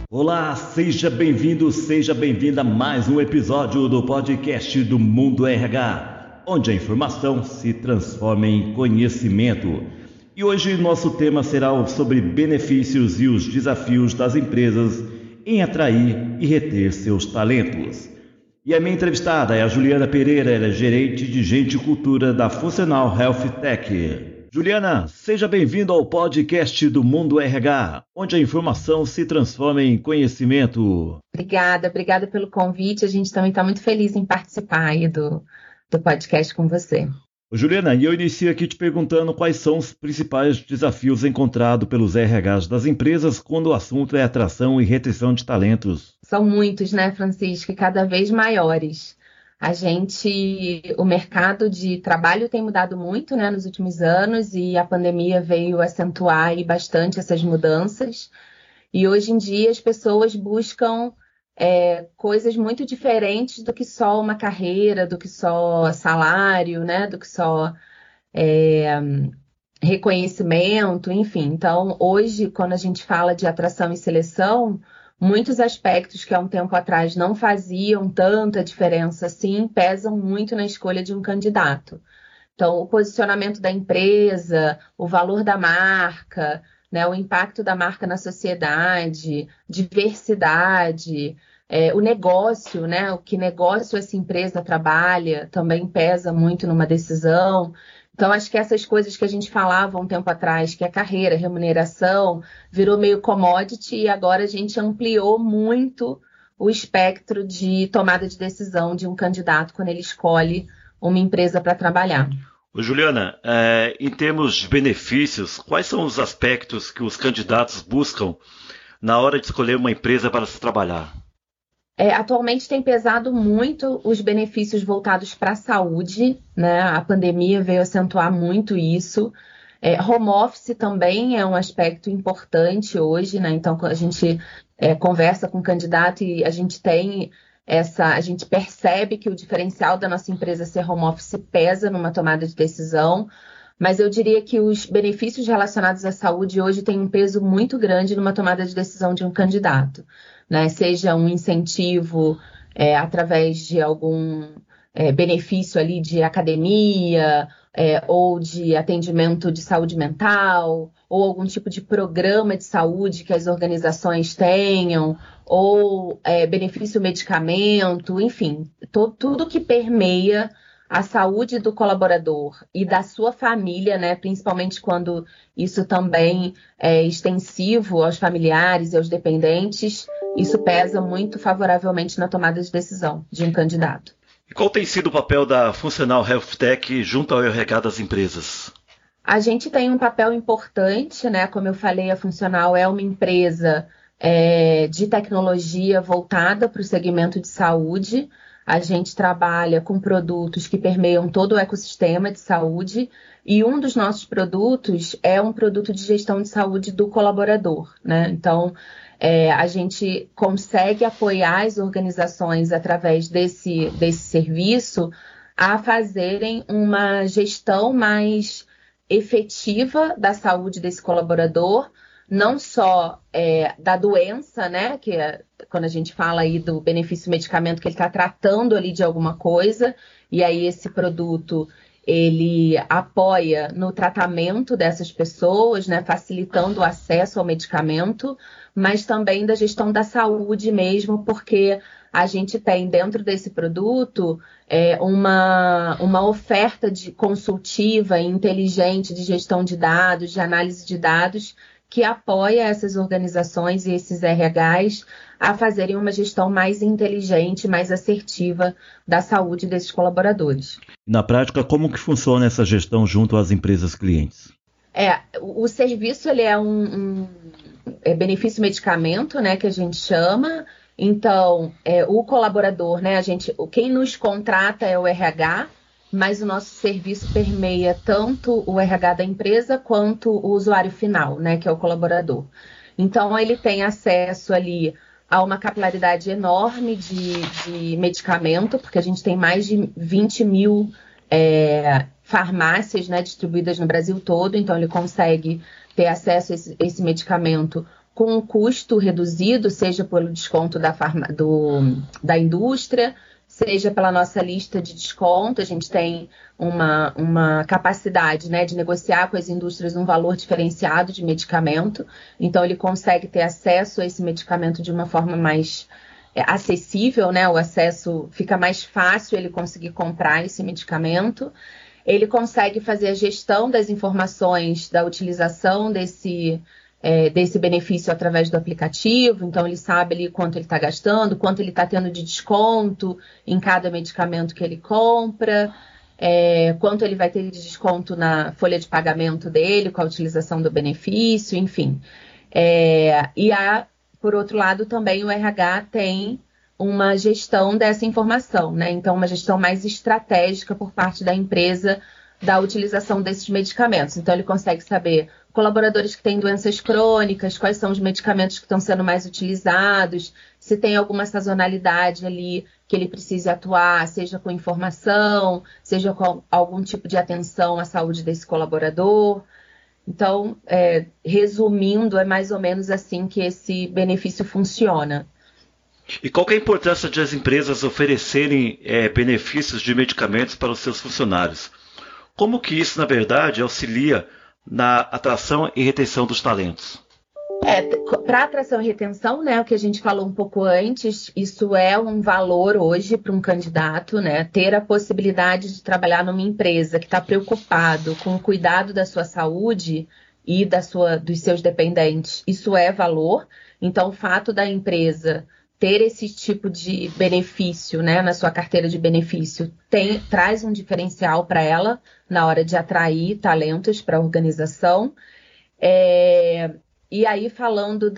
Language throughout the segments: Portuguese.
Olá, seja bem-vindo, seja bem-vinda a mais um episódio do podcast do Mundo RH, onde a informação se transforma em conhecimento. E hoje nosso tema será sobre benefícios e os desafios das empresas em atrair e reter seus talentos. E a minha entrevistada é a Juliana Pereira, ela é gerente de Gente e Cultura da Funcional Health Tech. Juliana, seja bem-vindo ao podcast do Mundo RH, onde a informação se transforma em conhecimento. Obrigada pelo convite. A gente também está muito feliz em participar aí do podcast com você. Juliana, e eu inicio aqui te perguntando quais são os principais desafios encontrados pelos RHs das empresas quando o assunto é atração e retenção de talentos. São muitos, né, Francisco, e cada vez maiores. O mercado de trabalho tem mudado muito, né, nos últimos anos e a pandemia veio acentuar aí bastante essas mudanças. E hoje em dia as pessoas buscam coisas muito diferentes do que só uma carreira, do que só salário, né, do que só reconhecimento, enfim. Então, hoje, quando a gente fala de atração e seleção, muitos aspectos que há um tempo atrás não faziam tanta diferença assim, pesam muito na escolha de um candidato. Então, o posicionamento da empresa, o valor da marca, né, o impacto da marca na sociedade, diversidade, o negócio, né, o que negócio essa empresa trabalha, também pesa muito numa decisão. Então, acho que essas coisas que a gente falava um tempo atrás, que a carreira, a remuneração, virou meio commodity e agora a gente ampliou muito o espectro de tomada de decisão de um candidato quando ele escolhe uma empresa para trabalhar. Ô Juliana, em termos de benefícios, quais são os aspectos que os candidatos buscam na hora de escolher uma empresa para se trabalhar? Atualmente tem pesado muito os benefícios voltados para a saúde, né? A pandemia veio acentuar muito isso. Home office também é um aspecto importante hoje, né? Então, a gente conversa com o candidato e a gente percebe que o diferencial da nossa empresa ser home office pesa numa tomada de decisão, mas eu diria que os benefícios relacionados à saúde hoje têm um peso muito grande numa tomada de decisão de um candidato, né? Seja um incentivo através de algum benefício ali de academia, ou de atendimento de saúde mental, ou algum tipo de programa de saúde que as organizações tenham, ou benefício medicamento, enfim, tudo que permeia a saúde do colaborador e da sua família, né, principalmente quando isso também é extensivo aos familiares e aos dependentes, isso pesa muito favoravelmente na tomada de decisão de um candidato. E qual tem sido o papel da Funcional Health Tech junto ao RH das empresas? A gente tem um papel importante, né? Como eu falei, a Funcional é uma empresa de tecnologia voltada para o segmento de saúde. A gente trabalha com produtos que permeiam todo o ecossistema de saúde e um dos nossos produtos é um produto de gestão de saúde do colaborador, né? Então, a gente consegue apoiar as organizações através desse serviço a fazerem uma gestão mais efetiva da saúde desse colaborador, não só da doença, né, que quando a gente fala aí do benefício medicamento, que ele está tratando ali de alguma coisa, e aí esse produto, ele apoia no tratamento dessas pessoas, né, facilitando o acesso ao medicamento, mas também da gestão da saúde mesmo, porque a gente tem dentro desse produto uma oferta de consultiva e inteligente de gestão de dados, de análise de dados, que apoia essas organizações e esses RHs a fazerem uma gestão mais inteligente, mais assertiva da saúde desses colaboradores. Na prática, como que funciona essa gestão junto às empresas clientes? O serviço ele é um benefício medicamento, né, que a gente chama. Então, o colaborador, né, quem nos contrata é o RH, mas o nosso serviço permeia tanto o RH da empresa quanto o usuário final, né, que é o colaborador. Então, ele tem acesso ali a uma capilaridade enorme de medicamento, porque a gente tem mais de 20 mil farmácias, né, distribuídas no Brasil todo, então ele consegue ter acesso a esse medicamento com um custo reduzido, seja pelo desconto da indústria, seja pela nossa lista de desconto. A gente tem uma capacidade, né, de negociar com as indústrias um valor diferenciado de medicamento. Então, ele consegue ter acesso a esse medicamento de uma forma mais acessível, né? O acesso fica mais fácil ele conseguir comprar esse medicamento. Ele consegue fazer a gestão das informações da utilização desse benefício através do aplicativo. Então, ele sabe ali quanto ele está gastando, quanto ele está tendo de desconto em cada medicamento que ele compra, quanto ele vai ter de desconto na folha de pagamento dele com a utilização do benefício, enfim. Por outro lado, também o RH tem uma gestão dessa informação, né? Então, uma gestão mais estratégica por parte da empresa da utilização desses medicamentos. Então, ele consegue saber colaboradores que têm doenças crônicas, quais são os medicamentos que estão sendo mais utilizados, se tem alguma sazonalidade ali que ele precise atuar, seja com informação, seja com algum tipo de atenção à saúde desse colaborador. Então, resumindo, é mais ou menos assim que esse benefício funciona. E qual que é a importância de as empresas oferecerem benefícios de medicamentos para os seus funcionários? Como que isso, na verdade, auxilia na atração e retenção dos talentos? Para atração e retenção, né, o que a gente falou um pouco antes, isso é um valor hoje para um candidato, né, ter a possibilidade de trabalhar numa empresa que está preocupado com o cuidado da sua saúde e dos seus dependentes, isso é valor. Então, o fato da empresa ter esse tipo de benefício, né, na sua carteira de benefício traz um diferencial para ela na hora de atrair talentos para a organização. E aí, falando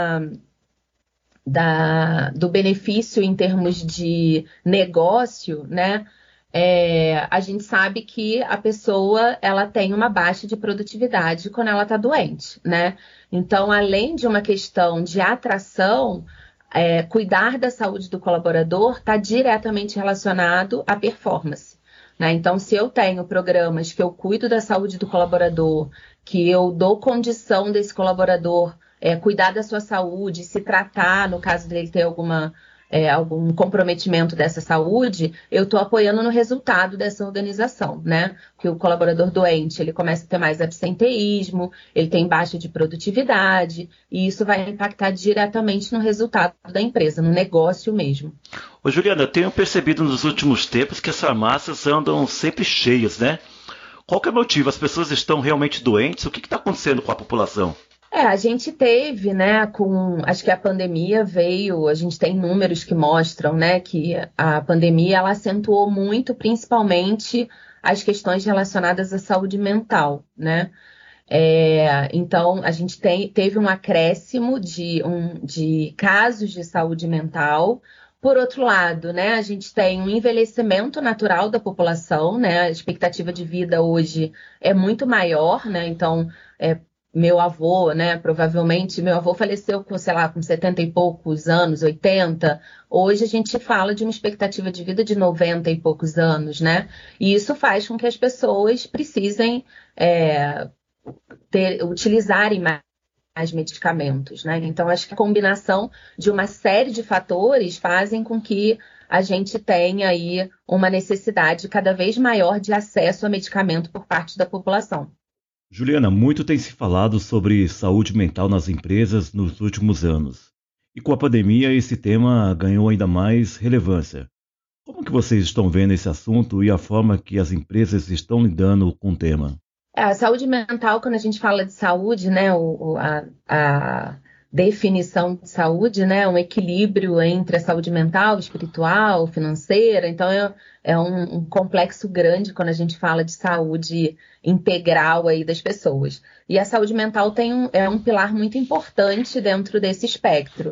do benefício em termos de negócio, né? A gente sabe que a pessoa ela tem uma baixa de produtividade quando ela está doente, né? Então, além de uma questão de atração, cuidar da saúde do colaborador está diretamente relacionado à performance, né? Então, se eu tenho programas que eu cuido da saúde do colaborador, que eu dou condição desse colaborador cuidar da sua saúde, se tratar, no caso dele ter algum comprometimento dessa saúde, eu estou apoiando no resultado dessa organização, né? Porque o colaborador doente, ele começa a ter mais absenteísmo, ele tem baixa de produtividade, e isso vai impactar diretamente no resultado da empresa, no negócio mesmo. Ô, Juliana, eu tenho percebido nos últimos tempos que as farmácias andam sempre cheias, né? Qual que é o motivo? As pessoas estão realmente doentes? O que está acontecendo com a população? A gente teve, né, acho que a pandemia veio, a gente tem números que mostram, né, que a pandemia ela acentuou muito, principalmente as questões relacionadas à saúde mental, né? Então, a gente teve um acréscimo de casos de saúde mental. Por outro lado, né, a gente tem um envelhecimento natural da população, né? A expectativa de vida hoje é muito maior, né? Então, meu avô, né? Provavelmente meu avô faleceu com 70 e poucos anos, 80. Hoje a gente fala de uma expectativa de vida de 90 e poucos anos, né? E isso faz com que as pessoas precisem utilizarem mais medicamentos, né? Então, acho que a combinação de uma série de fatores fazem com que a gente tenha aí uma necessidade cada vez maior de acesso a medicamento por parte da população. Juliana, muito tem se falado sobre saúde mental nas empresas nos últimos anos. E com a pandemia, esse tema ganhou ainda mais relevância. Como que vocês estão vendo esse assunto e a forma que as empresas estão lidando com o tema? A saúde mental, quando a gente fala de saúde, né, a definição de saúde, né, um equilíbrio entre a saúde mental, espiritual, financeira. Então, é um complexo grande quando a gente fala de saúde integral aí das pessoas. E a saúde mental é um pilar muito importante dentro desse espectro.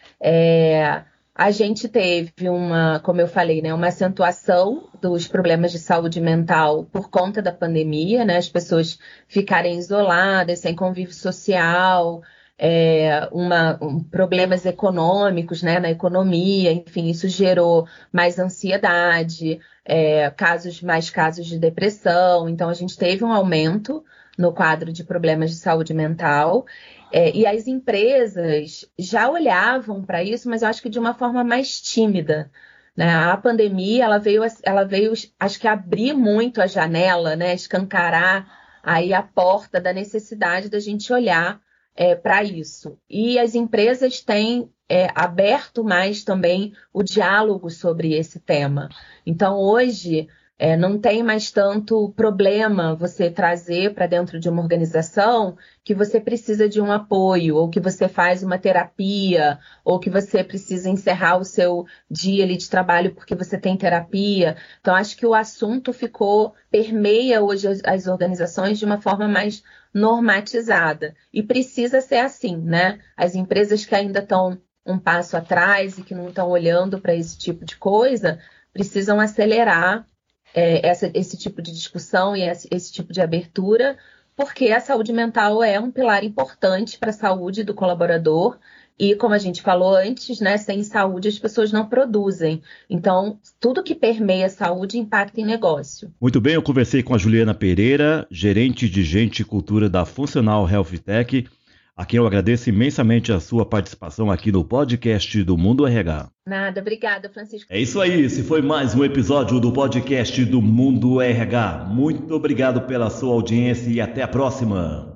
A gente teve como eu falei, né, uma acentuação dos problemas de saúde mental por conta da pandemia, né, as pessoas ficarem isoladas, sem convívio social, problemas econômicos, né, na economia, enfim, isso gerou mais ansiedade, mais casos de depressão. Então, a gente teve um aumento no quadro de problemas de saúde mental. E as empresas já olhavam para isso, mas eu acho que de uma forma mais tímida, né? A pandemia ela veio, acho que abrir muito a janela, né? Escancarar aí a porta da necessidade da gente olhar para isso. E as empresas têm aberto mais também o diálogo sobre esse tema. Então, hoje, não tem mais tanto problema você trazer para dentro de uma organização que você precisa de um apoio, ou que você faz uma terapia, ou que você precisa encerrar o seu dia ali de trabalho porque você tem terapia. Então, acho que o assunto permeia hoje as organizações de uma forma mais normatizada. E precisa ser assim, né? As empresas que ainda estão um passo atrás e que não estão olhando para esse tipo de coisa, precisam acelerar esse tipo de discussão e esse tipo de abertura, porque a saúde mental é um pilar importante para a saúde do colaborador. E, como a gente falou antes, né, sem saúde as pessoas não produzem. Então, tudo que permeia a saúde impacta em negócio. Muito bem, eu conversei com a Juliana Pereira, gerente de Gente e Cultura da Funcional Health Tech, a quem eu agradeço imensamente a sua participação aqui no podcast do Mundo RH. Nada, obrigada, Francisco. É isso aí, esse foi mais um episódio do podcast do Mundo RH. Muito obrigado pela sua audiência e até a próxima.